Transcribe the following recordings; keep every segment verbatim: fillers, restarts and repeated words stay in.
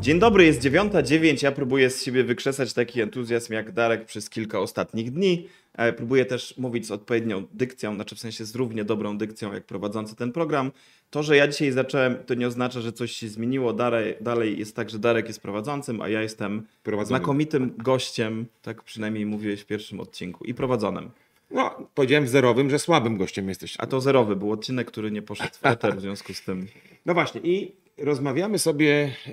Dzień dobry, jest dziewiąta dziewięć. Ja próbuję z siebie wykrzesać taki entuzjazm jak Darek przez kilka ostatnich dni. E, Próbuję też mówić z odpowiednią dykcją, znaczy w sensie z równie dobrą dykcją jak prowadzący ten program. To, że ja dzisiaj zacząłem, to nie oznacza, że coś się zmieniło. Dalej, dalej jest tak, że Darek jest prowadzącym, a ja jestem Prowadzonym. znakomitym gościem, tak przynajmniej mówiłeś w pierwszym odcinku, i prowadzonym. No, powiedziałem zerowym, że słabym gościem jesteś. A to zerowy był odcinek, który nie poszedł w eter, w związku z tym. No właśnie i rozmawiamy sobie e,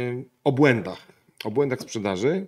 o błędach. O błędach sprzedaży.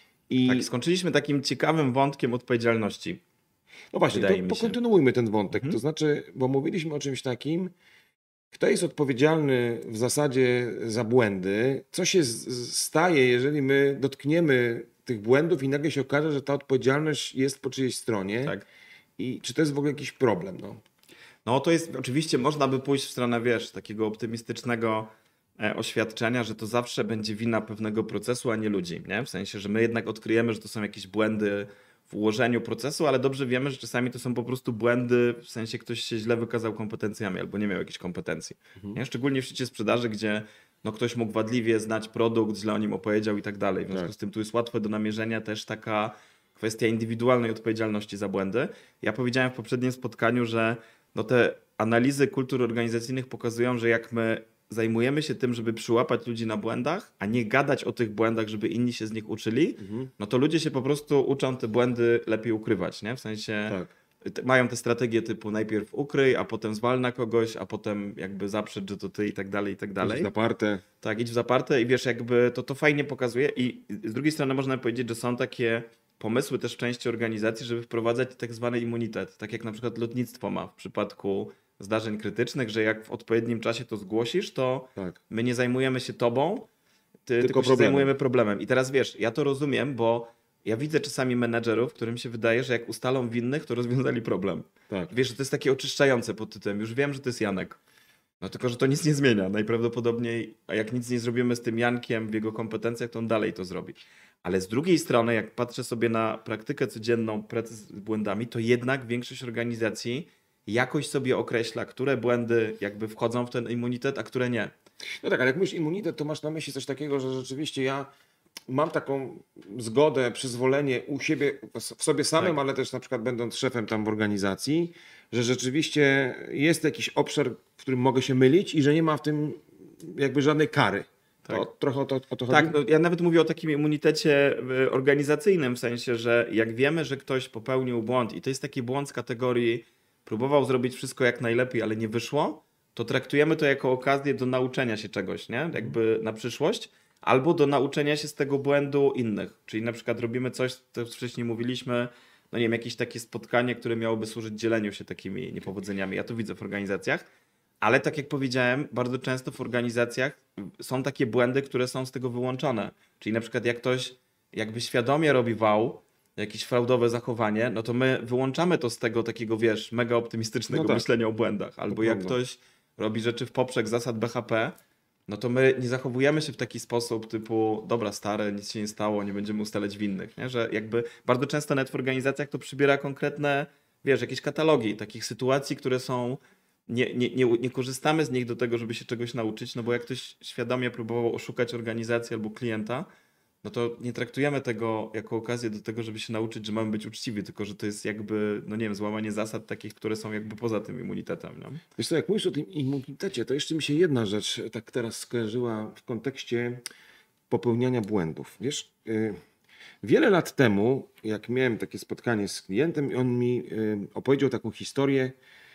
I Tak, skończyliśmy takim ciekawym wątkiem odpowiedzialności. no właśnie, wydaje to mi się. pokontynuujmy ten wątek. Mhm. To znaczy, bo mówiliśmy o czymś takim, kto jest odpowiedzialny w zasadzie za błędy, co się z- z- staje, jeżeli my dotkniemy tych błędów i nagle się okaże, że ta odpowiedzialność jest po czyjejś stronie. Tak. I czy to jest w ogóle jakiś problem? No. No to jest, oczywiście można by pójść w stronę, wiesz, takiego optymistycznego e, oświadczenia, że to zawsze będzie wina pewnego procesu, a nie ludzi, nie? W sensie, że my jednak odkryjemy, że to są jakieś błędy w ułożeniu procesu, ale dobrze wiemy, że czasami to są po prostu błędy, w sensie ktoś się źle wykazał kompetencjami albo nie miał jakichś kompetencji. Nie? Szczególnie w świecie sprzedaży, gdzie no, ktoś mógł wadliwie znać produkt, źle o nim opowiedział i tak dalej. W związku Tak. z tym tu jest łatwe do namierzenia też taka kwestia indywidualnej odpowiedzialności za błędy. Ja powiedziałem w poprzednim spotkaniu, że no te analizy kultur organizacyjnych pokazują, że jak my zajmujemy się tym, żeby przyłapać ludzi na błędach, a nie gadać o tych błędach, żeby inni się z nich uczyli, no to ludzie się po prostu uczą te błędy lepiej ukrywać, nie? W sensie Tak. te- mają te strategie typu najpierw ukryj, a potem zwal na kogoś, a potem jakby zaprzecz, że to ty i tak dalej, i tak dalej. Zaparte. Tak, idź w zaparte i wiesz, jakby to, to fajnie pokazuje i z drugiej strony można powiedzieć, że są takie pomysły też w części organizacji, żeby wprowadzać tak zwany immunitet, tak jak na przykład lotnictwo ma w przypadku zdarzeń krytycznych, że jak w odpowiednim czasie to zgłosisz, to Tak. my nie zajmujemy się tobą, ty, tylko, Tylko się problemem. zajmujemy problemem. I teraz wiesz, ja to rozumiem, bo ja widzę czasami menedżerów, którym się wydaje, że jak ustalą winnych, to rozwiązali problem. Tak. Wiesz, że to jest takie oczyszczające pod tytułem, już wiem, że to jest Janek. No tylko, że to nic nie zmienia. Najprawdopodobniej, a jak nic nie zrobimy z tym Jankiem w jego kompetencjach, to on dalej to zrobi. Ale z drugiej strony, jak patrzę sobie na praktykę codzienną pracy z błędami, to jednak większość organizacji jakoś sobie określa, które błędy jakby wchodzą w ten immunitet, a które nie. No tak, ale jak mówisz immunitet, to masz na myśli coś takiego, że rzeczywiście ja mam taką zgodę, przyzwolenie u siebie, w sobie samym, Tak. ale też na przykład będąc szefem tam w organizacji, że rzeczywiście jest jakiś obszar, w którym mogę się mylić i że nie ma w tym jakby żadnej kary. Tak. To trochę o to, o to chodzi? Tak, no ja nawet mówię o takim immunitecie y, organizacyjnym, w sensie, że jak wiemy, że ktoś popełnił błąd i to jest taki błąd z kategorii próbował zrobić wszystko jak najlepiej, ale nie wyszło, to traktujemy to jako okazję do nauczenia się czegoś, nie? Jakby na przyszłość, albo do nauczenia się z tego błędu innych. Czyli na przykład robimy coś, co wcześniej mówiliśmy, no nie wiem, jakieś takie spotkanie, które miałoby służyć dzieleniu się takimi niepowodzeniami. Ja to widzę w organizacjach. Ale tak jak powiedziałem, bardzo często w organizacjach są takie błędy, które są z tego wyłączone. Czyli na przykład jak ktoś jakby świadomie robi wał, jakieś fraudowe zachowanie, no to my wyłączamy to z tego takiego, wiesz, mega optymistycznego No tak. myślenia o błędach. Albo jak prawda. ktoś robi rzeczy w poprzek zasad B H P, no to my nie zachowujemy się w taki sposób typu, dobra stare, nic się nie stało, nie będziemy ustalać winnych, nie? Że jakby bardzo często nawet w organizacjach to przybiera konkretne, wiesz, jakieś katalogi takich sytuacji, które są nie, nie, nie, nie korzystamy z nich do tego, żeby się czegoś nauczyć, no bo jak ktoś świadomie próbował oszukać organizację albo klienta, no to nie traktujemy tego jako okazję do tego, żeby się nauczyć, że mamy być uczciwi, tylko że to jest jakby, no nie wiem, złamanie zasad takich, które są jakby poza tym immunitetem. Nie? Wiesz co, jak mówisz o tym immunitecie, to jeszcze mi się jedna rzecz tak teraz skojarzyła w kontekście popełniania błędów. Wiesz, y, wiele lat temu, jak miałem takie spotkanie z klientem, on mi y, opowiedział taką historię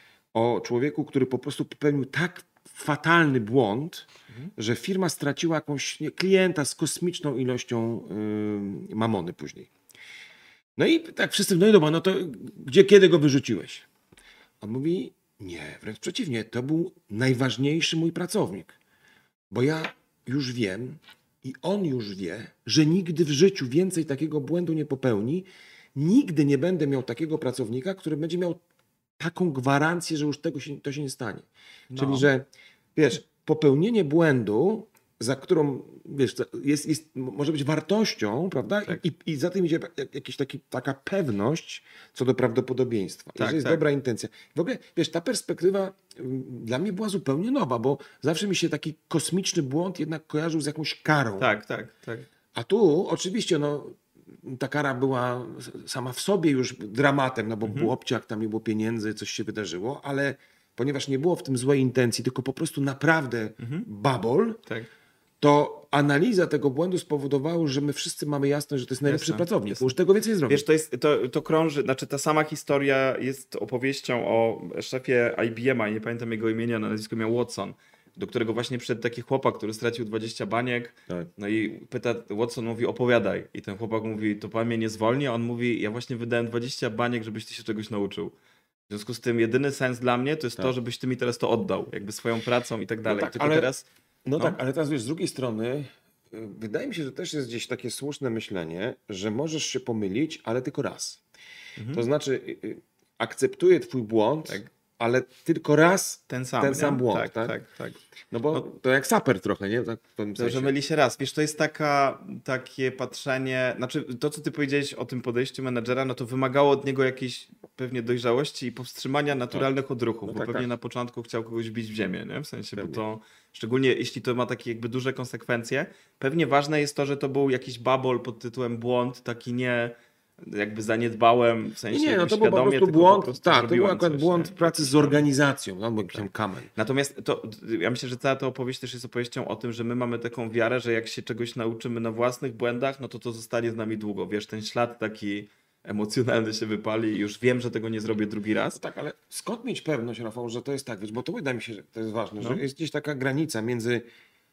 o człowieku, który po prostu popełnił tak fatalny błąd, że firma straciła jakąś nie, klienta z kosmiczną ilością y, mamony później. No i tak wszyscy, no i dobra, no to gdzie, kiedy go wyrzuciłeś? On mówi, nie, wręcz przeciwnie, to był najważniejszy mój pracownik, bo ja już wiem i on już wie, że nigdy w życiu więcej takiego błędu nie popełni, nigdy nie będę miał takiego pracownika, który będzie miał taką gwarancję, że już tego się, to się nie stanie. No. Czyli, że wiesz, popełnienie błędu za którą, wiesz, jest, jest, może być wartością, prawda? Tak. I, I za tym idzie jakaś taki, taka pewność co do prawdopodobieństwa. Tak, że jest tak. dobra intencja. W ogóle, wiesz, ta perspektywa dla mnie była zupełnie nowa, bo zawsze mi się taki kosmiczny błąd jednak kojarzył z jakąś karą. Tak, tak, tak. A tu oczywiście, no, ta kara była sama w sobie już dramatem, no bo Mhm. był obciach, tam nie było pieniędzy, coś się wydarzyło, ale ponieważ nie było w tym złej intencji, tylko po prostu naprawdę Mhm. babol, tak. to analiza tego błędu spowodowała, że my wszyscy mamy jasność, że to jest najlepszy Jasne, pracownik, jasne. bo już tego więcej nie zrobi. Wiesz, to, jest, to, to krąży, znaczy ta sama historia jest opowieścią o szefie I B M a, nie pamiętam jego imienia, na nazwisko miał Watson, do którego właśnie przyszedł taki chłopak, który stracił dwadzieścia baniek, Tak. no i pyta, Watson mówi, opowiadaj. I ten chłopak mówi, to pan mnie nie zwolni? A on mówi, ja właśnie wydałem dwadzieścia baniek, żebyś ty się czegoś nauczył. W związku z tym jedyny sens dla mnie to jest Tak. to, żebyś ty mi teraz to oddał, jakby swoją pracą i tak dalej. tak, Tylko ale- teraz... No, No. tak, ale teraz wiesz, z drugiej strony y, wydaje mi się, że też jest gdzieś takie słuszne myślenie, że możesz się pomylić, ale tylko raz. Mhm. To znaczy y, y, akceptuję twój błąd, Tak. ale tylko raz Ten sam, ten nie? sam błąd. Tak, tak? tak, tak. No bo No- to jak saper trochę, nie? Tak, w pewnym To, że sensie. myli się raz. Wiesz, to jest taka, takie patrzenie, znaczy to, co ty powiedziałeś o tym podejściu menedżera, no to wymagało od niego jakiejś pewnie dojrzałości i powstrzymania naturalnych odruchów, No bo tak, pewnie tak. na początku chciał kogoś bić w ziemię, nie? W sensie, Pewnie. bo to, szczególnie jeśli to ma takie jakby duże konsekwencje, pewnie ważne jest to, że to był jakiś babol pod tytułem błąd, taki nie jakby zaniedbałem, w sensie Nie, nie, no to był po świadomie, prostu tylko błąd, po prostu tak, to był zrobiłem akurat coś, błąd nie? w pracy z organizacją, no, bo jakiś tam kamen. Natomiast to, ja myślę, że cała ta opowieść też jest opowieścią o tym, że my mamy taką wiarę, że jak się czegoś nauczymy na własnych błędach, no to to zostanie z nami długo. Wiesz, ten ślad taki emocjonalny się wypali i już wiem, że tego nie zrobię drugi raz. No tak, ale skąd mieć pewność, Rafał, że to jest tak, wiesz, bo to wydaje mi się, że to jest ważne, No. że jest gdzieś taka granica między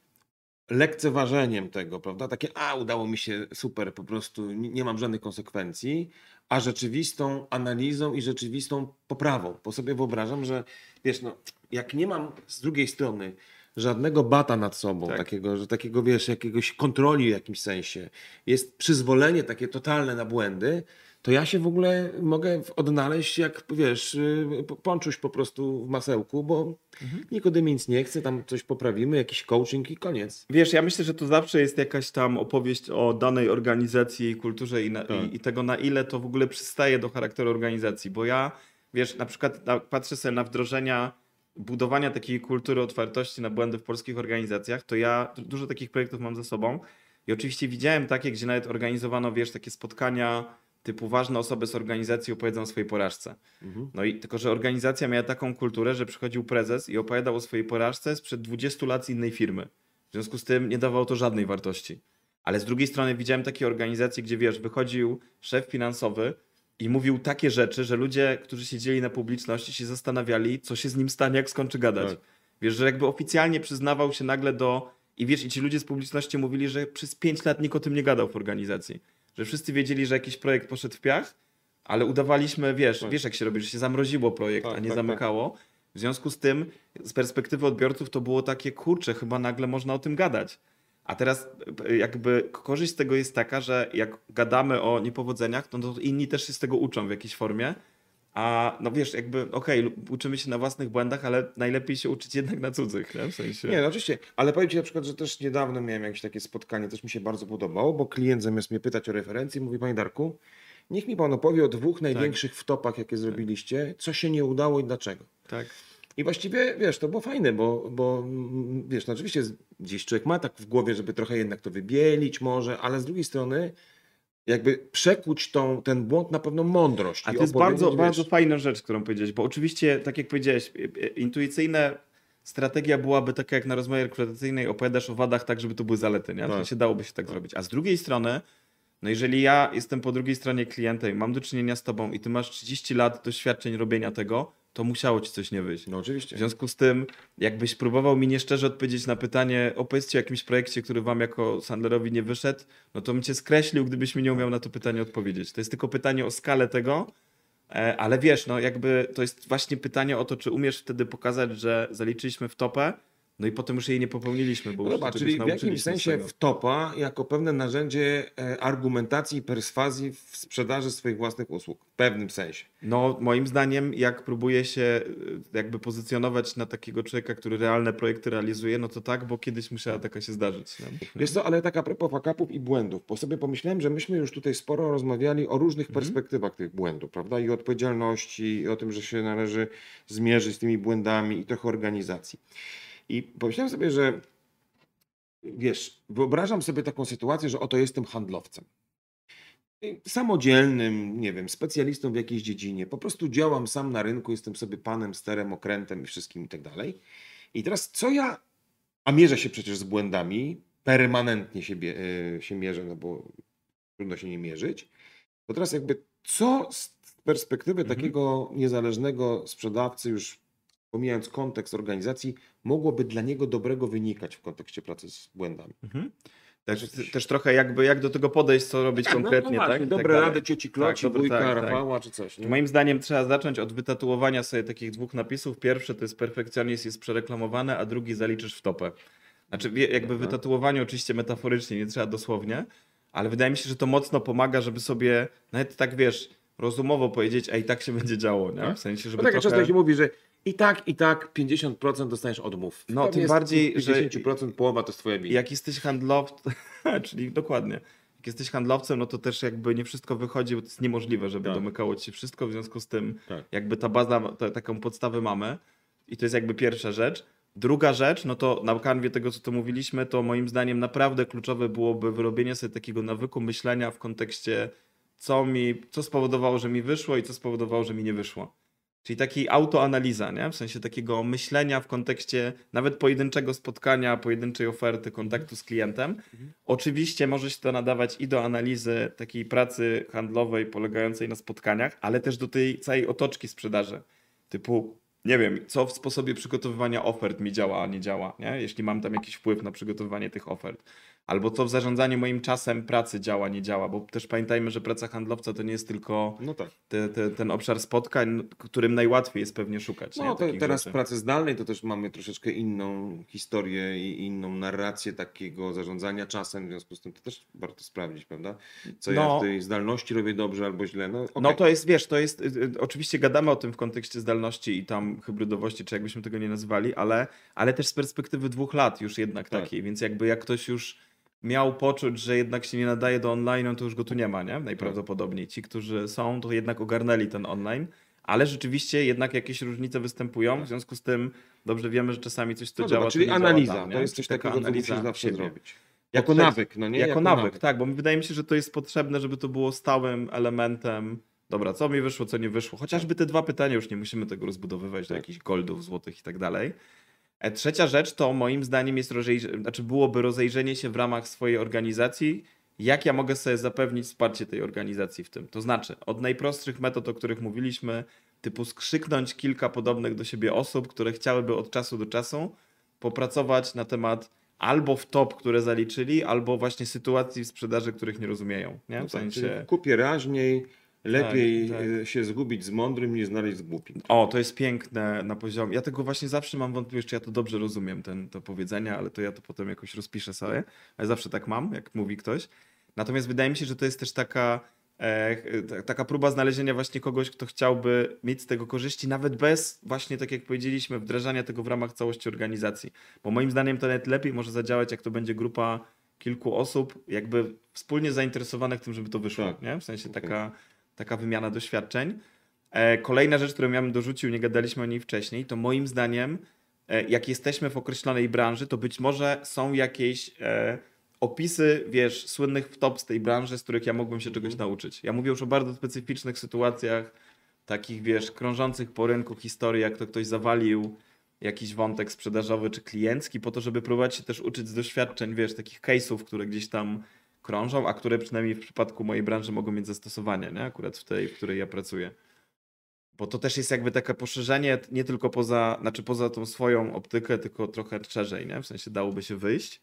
lekceważeniem tego, prawda, takie, a udało mi się, super, po prostu nie nie mam żadnych konsekwencji, a rzeczywistą analizą i rzeczywistą poprawą, bo sobie wyobrażam, że wiesz, no, jak nie mam z drugiej strony żadnego bata nad sobą, Tak. takiego, że takiego, wiesz, jakiegoś kontroli w jakimś sensie, jest przyzwolenie takie totalne na błędy, to ja się w ogóle mogę w- odnaleźć jak, wiesz, y, p- ponczuś po prostu w masełku, bo nikogo mi nic nie chce, tam coś poprawimy, jakiś coaching i koniec. Wiesz, ja myślę, że to zawsze jest jakaś tam opowieść o danej organizacji, jej kulturze i, na, Tak. i, i tego, na ile to w ogóle przystaje do charakteru organizacji. Bo ja, wiesz, na przykład na, patrzę sobie na wdrożenia budowania takiej kultury otwartości na błędy w polskich organizacjach, to ja du- dużo takich projektów mam ze sobą i oczywiście widziałem takie, gdzie nawet organizowano, wiesz, takie spotkania typu ważne osoby z organizacji opowiedzą o swojej porażce. No i tylko, że organizacja miała taką kulturę, że przychodził prezes i opowiadał o swojej porażce sprzed dwudziestu lat z innej firmy. W związku z tym nie dawało to żadnej wartości. Ale z drugiej strony widziałem takie organizacje, gdzie wiesz, wychodził szef finansowy i mówił takie rzeczy, że ludzie, którzy siedzieli na publiczności, się zastanawiali, co się z nim stanie, jak skończy gadać. Tak. Wiesz, że jakby oficjalnie przyznawał się nagle do... I wiesz, i ci ludzie z publiczności mówili, że przez pięć lat nikt o tym nie gadał w organizacji. Że wszyscy wiedzieli, że jakiś projekt poszedł w piach, ale udawaliśmy, wiesz, Tak. wiesz jak się robi, że się zamroziło projekt, Tak, a nie tak, zamykało. W związku z tym, z perspektywy odbiorców to było takie, kurczę, chyba nagle można o tym gadać. A teraz e, jakby korzyść z tego jest taka, że jak gadamy o niepowodzeniach, no to inni też się z tego uczą w jakiejś formie. A no wiesz, jakby okej, lu- uczymy się na własnych błędach, ale najlepiej się uczyć jednak na cudzych, nie? W sensie... Nie, no oczywiście, ale powiem Ci na przykład, że też niedawno miałem jakieś takie spotkanie, też mi się bardzo podobało, bo klient zamiast mnie pytać o referencje, mówi, Panie Darku, niech mi Pan opowie o dwóch największych wtopach, jakie zrobiliście, co się nie udało i dlaczego. Tak. I właściwie, wiesz, to było fajne, bo, bo mm, wiesz, no oczywiście z- gdzieś człowiek ma tak w głowie, żeby trochę jednak to wybielić może, ale z drugiej strony jakby przekuć tą, ten błąd na pewną mądrość. A i to jest opowiedzieć, bardzo, wiesz, bardzo fajna rzecz, którą powiedziałeś, bo oczywiście, tak jak powiedziałeś, e, e, intuicyjne strategia byłaby taka jak na rozmowie rekrutacyjnej, opowiadasz o wadach tak, żeby to były zalety, nie? W Tak. sensie dałoby się tak zrobić. A z drugiej strony, no jeżeli ja jestem po drugiej stronie klientem i mam do czynienia z tobą i ty masz trzydzieści lat doświadczeń robienia tego, to musiało ci coś nie wyjść. No oczywiście. W związku z tym, jakbyś próbował mi nieszczerze odpowiedzieć na pytanie, opowiedzcie o jakimś projekcie, który wam jako Sandlerowi nie wyszedł, no to bym cię skreślił, gdybyś mi nie umiał na to pytanie odpowiedzieć. To jest tylko pytanie o skalę tego, e, ale wiesz, no jakby to jest właśnie pytanie o to, czy umiesz wtedy pokazać, że zaliczyliśmy w topę, No i potem już jej nie popełniliśmy, bo No już dobra, się czyli czegoś w jakimś nauczyliśmy z sensie tego. wtopa jako pewne narzędzie e, argumentacji i perswazji w sprzedaży swoich własnych usług. W pewnym sensie. No, moim zdaniem, jak próbuje się y, jakby pozycjonować na takiego człowieka, który realne projekty realizuje, no to tak, bo kiedyś musiała taka się zdarzyć. Nie? Wiesz co, ale tak a propos fuck-upów i błędów, bo sobie pomyślałem, że myśmy już tutaj sporo rozmawiali o różnych Mhm. perspektywach tych błędów, prawda? I o odpowiedzialności, i o tym, że się należy zmierzyć z tymi błędami i trochę organizacji. I pomyślałem sobie, że wiesz, wyobrażam sobie taką sytuację, że oto jestem handlowcem. I samodzielnym, nie wiem, specjalistą w jakiejś dziedzinie. Po prostu działam sam na rynku, jestem sobie panem, sterem, okrętem i wszystkim i tak dalej. I teraz co ja, a mierzę się przecież z błędami, permanentnie się, bie, y, się mierzę, no bo trudno się nie mierzyć. To teraz jakby co z perspektywy Mhm. takiego niezależnego sprzedawcy, już pomijając kontekst organizacji, mogłoby dla niego dobrego wynikać w kontekście pracy z błędami? Mhm. Też, też trochę jakby jak do tego podejść, co robić Tak, no, konkretnie, no właśnie, tak? I dobre tak dalej. rady cioci Kloci, Tak, dobre- wujka, tak, tak. Rafała czy coś. Nie? Moim zdaniem trzeba zacząć od wytatuowania sobie takich dwóch napisów. Pierwszy to jest perfekcjonizm jest przereklamowany, a drugi zaliczysz w topę. Znaczy wie- jakby Dobra. wytatuowanie oczywiście metaforycznie, nie trzeba dosłownie, ale wydaje mi się, że to mocno pomaga, żeby sobie nawet tak wiesz, rozumowo powiedzieć, a i tak się będzie działo, nie? Tak. W sensie, Bo żeby tak jak trochę... często się mówi, że i tak, i tak pięćdziesiąt procent dostaniesz odmów. No, Pewnie tym z bardziej, tych że- pięćdziesiąt procent połowa to jest twoja wina. Jak jesteś handlowcem, czyli dokładnie, jak jesteś handlowcem, no to też jakby nie wszystko wychodzi, bo to jest niemożliwe, żeby Tak. domykało ci się wszystko, w związku z tym Tak. jakby ta baza, to, taką podstawę mamy i to jest jakby pierwsza rzecz. Druga rzecz, no to na kanwie tego, co tu mówiliśmy, to moim zdaniem naprawdę kluczowe byłoby wyrobienie sobie takiego nawyku myślenia w kontekście, co mi, co spowodowało, że mi wyszło i co spowodowało, że mi nie wyszło. Czyli takiej autoanaliza, nie? W sensie takiego myślenia w kontekście nawet pojedynczego spotkania, pojedynczej oferty, kontaktu z klientem. Oczywiście może się to nadawać i do analizy takiej pracy handlowej polegającej na spotkaniach, ale też do tej całej otoczki sprzedaży. Typu, nie wiem, co w sposobie przygotowywania ofert mi działa, a nie działa, nie? Jeśli mam tam jakiś wpływ na przygotowywanie tych ofert. Albo co w zarządzaniu moim czasem pracy działa, nie działa, bo też pamiętajmy, że praca handlowca to nie jest tylko No tak. te, te, ten obszar spotkań, którym najłatwiej jest pewnie szukać. No nie? to Takich teraz w rzeczy. pracy zdalnej to też mamy troszeczkę inną historię i inną narrację takiego zarządzania czasem, w związku z tym to też warto sprawdzić, prawda? Co ja No. w tej zdalności robię dobrze albo źle. No, okej. No to jest, wiesz, to jest, y, y, oczywiście gadamy o tym w kontekście zdalności i tam hybrydowości, czy jakbyśmy tego nie nazywali, ale, ale też z perspektywy dwóch lat już jednak Tak. takiej, więc jakby jak ktoś już miał poczuć, że jednak się nie nadaje do online, no to już go tu nie ma, nie? Najprawdopodobniej. Ci, którzy są, to jednak ogarnęli ten online, ale rzeczywiście jednak jakieś różnice występują, w związku z tym dobrze wiemy, że czasami coś, co No działa, dobra, czyli to nie analiza, działa tam, nie? to jest Czyli coś taka takiego, co analiza musisz zawsze siebie. zrobić. Bo Jako tutaj- nawyk, no nie? Jako, nawyk, tak, bo wydaje mi się, że to jest potrzebne, żeby to było stałym elementem. Dobra, co mi wyszło, co nie wyszło. Chociażby te dwa pytania, już nie musimy tego rozbudowywać do Tak. jakichś goldów, złotych i tak dalej. E, Trzecia rzecz to moim zdaniem jest rozejrze- znaczy byłoby rozejrzenie się w ramach swojej organizacji, jak ja mogę sobie zapewnić wsparcie tej organizacji w tym. To znaczy od najprostszych metod, o których mówiliśmy, typu skrzyknąć kilka podobnych do siebie osób, które chciałyby od czasu do czasu popracować na temat albo w top, które zaliczyli, albo właśnie sytuacji w sprzedaży, których nie rozumieją. Nie? No W tak, sensie... czyli kupie raźniej, lepiej tak. e, się zgubić z mądrym, niż znaleźć z głupim. O, to jest piękne na poziomie. Ja tego właśnie zawsze mam wątpliwość, czy ja to dobrze rozumiem, ten, to powiedzenie, ale to ja to potem jakoś rozpiszę sobie. Ale zawsze tak mam, jak mówi ktoś. Natomiast wydaje mi się, że to jest też taka, e, ta- taka próba znalezienia właśnie kogoś, kto chciałby mieć z tego korzyści, nawet bez właśnie, tak jak powiedzieliśmy, wdrażania tego w ramach całości organizacji. Bo moim zdaniem to nawet lepiej może zadziałać, jak to będzie grupa kilku osób, jakby wspólnie zainteresowanych tym, żeby to wyszło. Tak. Nie? W sensie Okej. taka, taka wymiana doświadczeń. E, Kolejna rzecz, którą ja bym dorzucił, nie gadaliśmy o niej wcześniej, to moim zdaniem, e, jak jesteśmy w określonej branży, to być może są jakieś e, opisy, wiesz, słynnych top z tej branży, z których ja mógłbym się czegoś nauczyć. Ja mówię już o bardzo specyficznych sytuacjach, takich, wiesz, krążących po rynku historii, jak to ktoś zawalił jakiś wątek sprzedażowy czy kliencki, po to, żeby próbować się też uczyć z doświadczeń, wiesz, takich case'ów, które gdzieś tam krążą, a które przynajmniej w przypadku mojej branży mogą mieć zastosowanie, nie? Akurat w tej, w której ja pracuję. Bo to też jest jakby takie poszerzenie nie tylko poza, znaczy poza tą swoją optykę, tylko trochę szerzej, nie? W sensie dałoby się wyjść.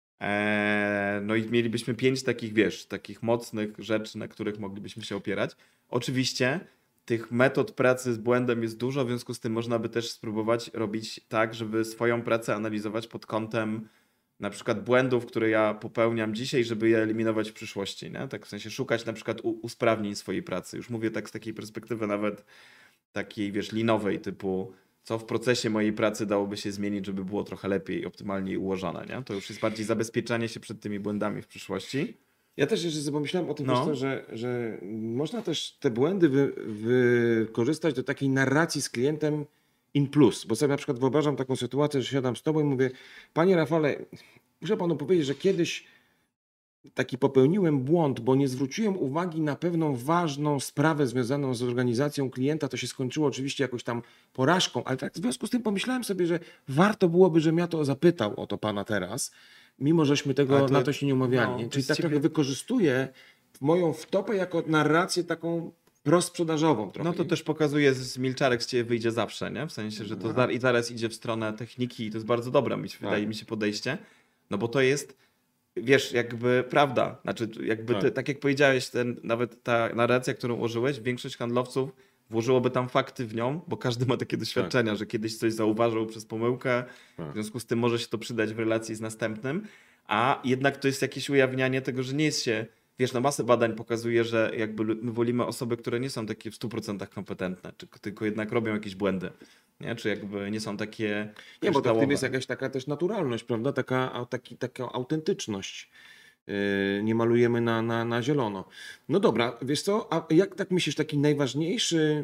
Eee, no i mielibyśmy pięć takich, wiesz, takich mocnych rzeczy, na których moglibyśmy się opierać. Oczywiście tych metod pracy z błędem jest dużo, w związku z tym można by też spróbować robić tak, żeby swoją pracę analizować pod kątem na przykład błędów, które ja popełniam dzisiaj, żeby je eliminować w przyszłości, nie? Tak w sensie szukać na przykład u- usprawnień swojej pracy. Już mówię tak z takiej perspektywy nawet takiej, wiesz, linowej, typu co w procesie mojej pracy dałoby się zmienić, żeby było trochę lepiej, optymalniej ułożone, nie? To już jest bardziej zabezpieczanie się przed tymi błędami w przyszłości. Ja też jeszcze sobie pomyślałem o tym, No. wiesz co, że, że można też te błędy wy, wykorzystać do takiej narracji z klientem in plus. Bo sobie na przykład wyobrażam taką sytuację, że siadam z tobą i mówię: panie Rafale, muszę panu powiedzieć, że kiedyś taki popełniłem błąd, bo nie zwróciłem uwagi na pewną ważną sprawę związaną z organizacją klienta. To się skończyło oczywiście jakoś tam porażką, ale tak w związku z tym pomyślałem sobie, że warto byłoby, żebym ja to zapytał o to pana teraz, mimo żeśmy tego Ale to- na to się nie umawiali. no, nie? to Czyli z tak ciebie- trochę wykorzystuję moją wtopę jako narrację taką prosprzedażową trochę. No to nie? też pokazuje, z milczarek z ciebie wyjdzie zawsze, nie? W sensie, że to Aha. za, i zaraz idzie w stronę techniki i to jest bardzo dobre, mi się, wydaje mi się, podejście. No bo to jest, wiesz, jakby prawda. Znaczy, jakby Tak. ty, tak jak powiedziałeś, ten, nawet ta narracja, którą ułożyłeś, większość handlowców włożyłoby tam fakty w nią, bo każdy ma takie doświadczenia, że kiedyś coś zauważył przez pomyłkę, Tak. w związku z tym może się to przydać w relacji z następnym, a jednak to jest jakieś ujawnianie tego, że nie jest się, wiesz, no masę badań pokazuje, że jakby my wolimy osoby, które nie są takie w stu procentach kompetentne, czy tylko jednak robią jakieś błędy, nie? Czy jakby nie są takie Nie, bo to w tym kryształowe. jest jakaś taka też naturalność, prawda? Taka, a, taki, taka autentyczność. Yy, nie malujemy na, na, na zielono. No dobra, wiesz co, a jak tak myślisz, taki najważniejszy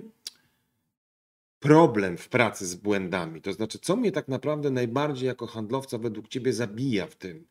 problem w pracy z błędami, to znaczy co mnie tak naprawdę najbardziej jako handlowca według ciebie zabija w tym?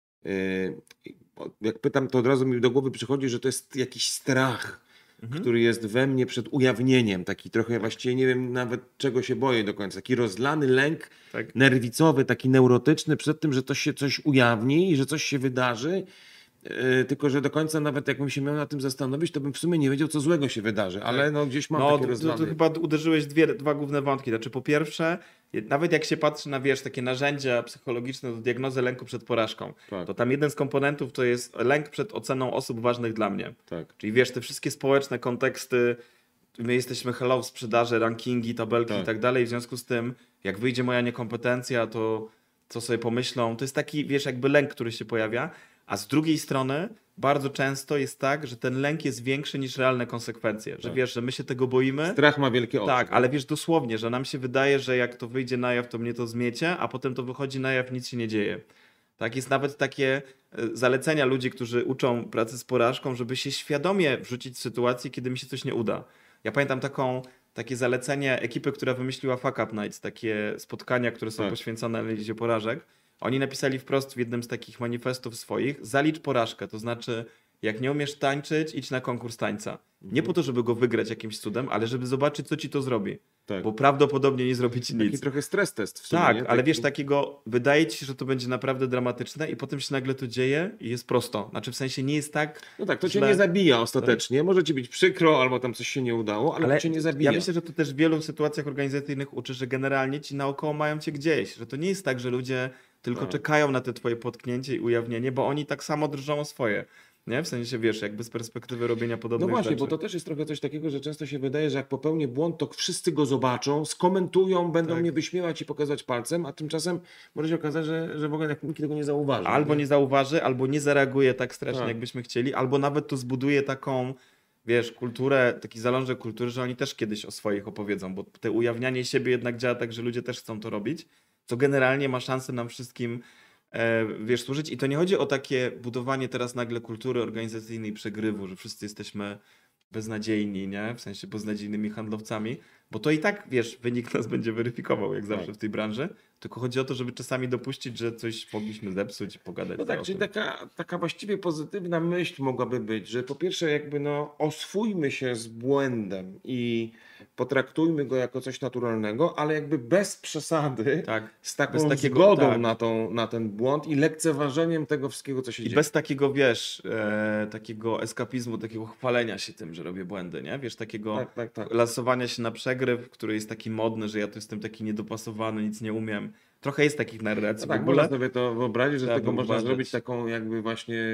Yy, bo jak pytam, to od razu mi do głowy przychodzi, że to jest jakiś strach, Mhm. który jest we mnie przed ujawnieniem, taki trochę właściwie nie wiem nawet czego się boję do końca, taki rozlany lęk Tak. nerwicowy, taki neurotyczny przed tym, że to się coś ujawni i że coś się wydarzy, yy, tylko że do końca nawet jakbym się miał na tym zastanowić, to bym w sumie nie wiedział, co złego się wydarzy, ale no gdzieś mam No, takie to, rozlany. to, to chyba uderzyłeś dwie, dwa główne wątki. Znaczy, po pierwsze, nawet jak się patrzy na, wiesz, takie narzędzia psychologiczne do diagnozy lęku przed porażką, Tak. to tam jeden z komponentów to jest lęk przed oceną osób ważnych dla mnie. Tak. Czyli wiesz, te wszystkie społeczne konteksty, my jesteśmy hello w sprzedaży, rankingi, tabelki Tak. i tak dalej, w związku z tym, jak wyjdzie moja niekompetencja, to co sobie pomyślą, to jest taki, wiesz, jakby lęk, który się pojawia, a z drugiej strony bardzo często jest tak, że ten lęk jest większy niż realne konsekwencje, że Tak. wiesz, że my się tego boimy. Strach ma wielkie oczy. Tak, ale wiesz dosłownie, że nam się wydaje, że jak to wyjdzie na jaw, to mnie to zmiecie, a potem to wychodzi na jaw, nic się nie dzieje. Tak, jest nawet takie e, zalecenia ludzi, którzy uczą pracy z porażką, żeby się świadomie wrzucić w sytuację, kiedy mi się coś nie uda. Ja pamiętam taką, takie zalecenie ekipy, która wymyśliła Fuck Up Nights, takie spotkania, które są Tak. poświęcone analizie porażek. Oni napisali wprost w jednym z takich manifestów swoich: zalicz porażkę, to znaczy jak nie umiesz tańczyć, idź na konkurs tańca. Nie po to, żeby go wygrać jakimś cudem, ale żeby zobaczyć, co ci to zrobi. Tak. Bo prawdopodobnie nie zrobi ci Taki nic. trochę stres test w sumie. Tak, nie? ale Taki- wiesz, takiego, wydaje ci się, że to będzie naprawdę dramatyczne i potem się nagle to dzieje i jest prosto. Znaczy w sensie nie jest tak. No tak, to cię źle. nie zabija ostatecznie. Może ci być przykro, albo tam coś się nie udało, ale, Ale to cię nie zabija. ja myślę, że to też w wielu sytuacjach organizacyjnych uczy, że generalnie ci naokoło mają cię gdzieś. Że to nie jest tak, że ludzie tylko Tak. czekają na te twoje potknięcie i ujawnienie, bo oni tak samo drżą o swoje. Nie? W sensie, wiesz, jakby z perspektywy robienia No podobnych właśnie, rzeczy. bo to też jest trochę coś takiego, że często się wydaje, że jak popełnię błąd, to wszyscy go zobaczą, skomentują, będą Tak. mnie wyśmiewać i pokazać palcem, a tymczasem może się okazać, że, że w ogóle nikt tego nie zauważy. Albo nie zauważy, albo nie zareaguje tak strasznie, Tak. jakbyśmy chcieli, albo nawet to zbuduje taką, wiesz, kulturę, taki zalążek kultury, że oni też kiedyś o swoich opowiedzą, bo te ujawnianie siebie jednak działa tak, że ludzie też chcą to robić, co generalnie ma szansę nam wszystkim, e, wiesz, służyć. I to nie chodzi o takie budowanie teraz nagle kultury organizacyjnej przegrywu, że wszyscy jesteśmy beznadziejni, nie? W sensie beznadziejnymi handlowcami, bo to i tak, wiesz, wynik nas będzie weryfikował, jak zawsze Tak. w tej branży, tylko chodzi o to, żeby czasami dopuścić, że coś mogliśmy zepsuć i pogadać. No sobie tak, o czyli tym. taka, taka właściwie pozytywna myśl mogłaby być, że po pierwsze jakby no oswójmy się z błędem i potraktujmy go jako coś naturalnego, ale jakby bez przesady, Tak. z taką Bez takiego- zgodą tak. na, tą, na ten błąd i lekceważeniem tego wszystkiego, co się I dzieje. bez takiego, wiesz, e, takiego eskapizmu, takiego chwalenia się tym, że robię błędy, nie? Wiesz, takiego Tak, tak, tak. lansowania się na przegryw, który jest taki modny, że ja tu jestem taki niedopasowany, nic nie umiem. Trochę jest takich narracji No tak, w ogóle. można sobie to wyobrazić, że z Trzeba tego można uważać. zrobić taką jakby właśnie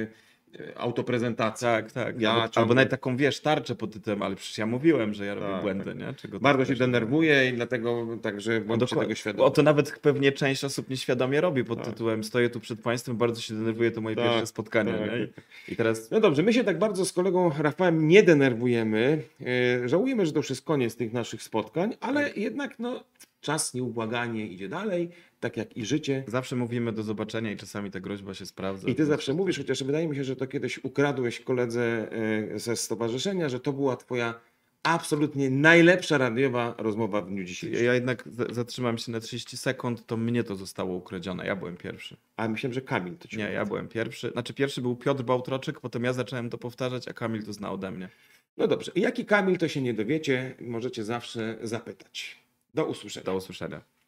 autoprezentacji. Tak, tak. Ja albo, ciągle- albo nawet taką, wiesz, tarczę pod tytułem, ale przecież ja mówiłem, że ja robię Tak, błędy, tak. nie? Czego Bardzo też się denerwuję i dlatego także No bądźcie dokładnie. tego O świadomi. to nawet pewnie część osób nieświadomie robi pod Tak. tytułem stoję tu przed państwem, bardzo się denerwuję, to moje Tak, pierwsze spotkanie. tak. Nie? I, I teraz No dobrze, my się tak bardzo z kolegą Rafałem nie denerwujemy. E, Żałujemy, że to już jest koniec tych naszych spotkań, ale jednak no, czas nieubłaganie idzie dalej, tak jak i życie. zawsze mówimy do zobaczenia i czasami ta groźba się sprawdza. I ty zawsze mówisz, chociaż wydaje mi się, że to kiedyś ukradłeś koledze e, ze stowarzyszenia, że to była twoja absolutnie najlepsza radiowa rozmowa w dniu dzisiejszym. Ja jednak z- zatrzymam się na trzydzieści sekund, to mnie to zostało ukradzione. Ja byłem pierwszy. A myślałem, że Kamil to ci Nie, ja byłem pierwszy. Znaczy pierwszy był Piotr Bałtroczyk, potem ja zacząłem to powtarzać, a Kamil to zna ode mnie. No dobrze, jaki Kamil to się nie dowiecie, możecie zawsze zapytać. Do usłyszenia. Do usłyszenia.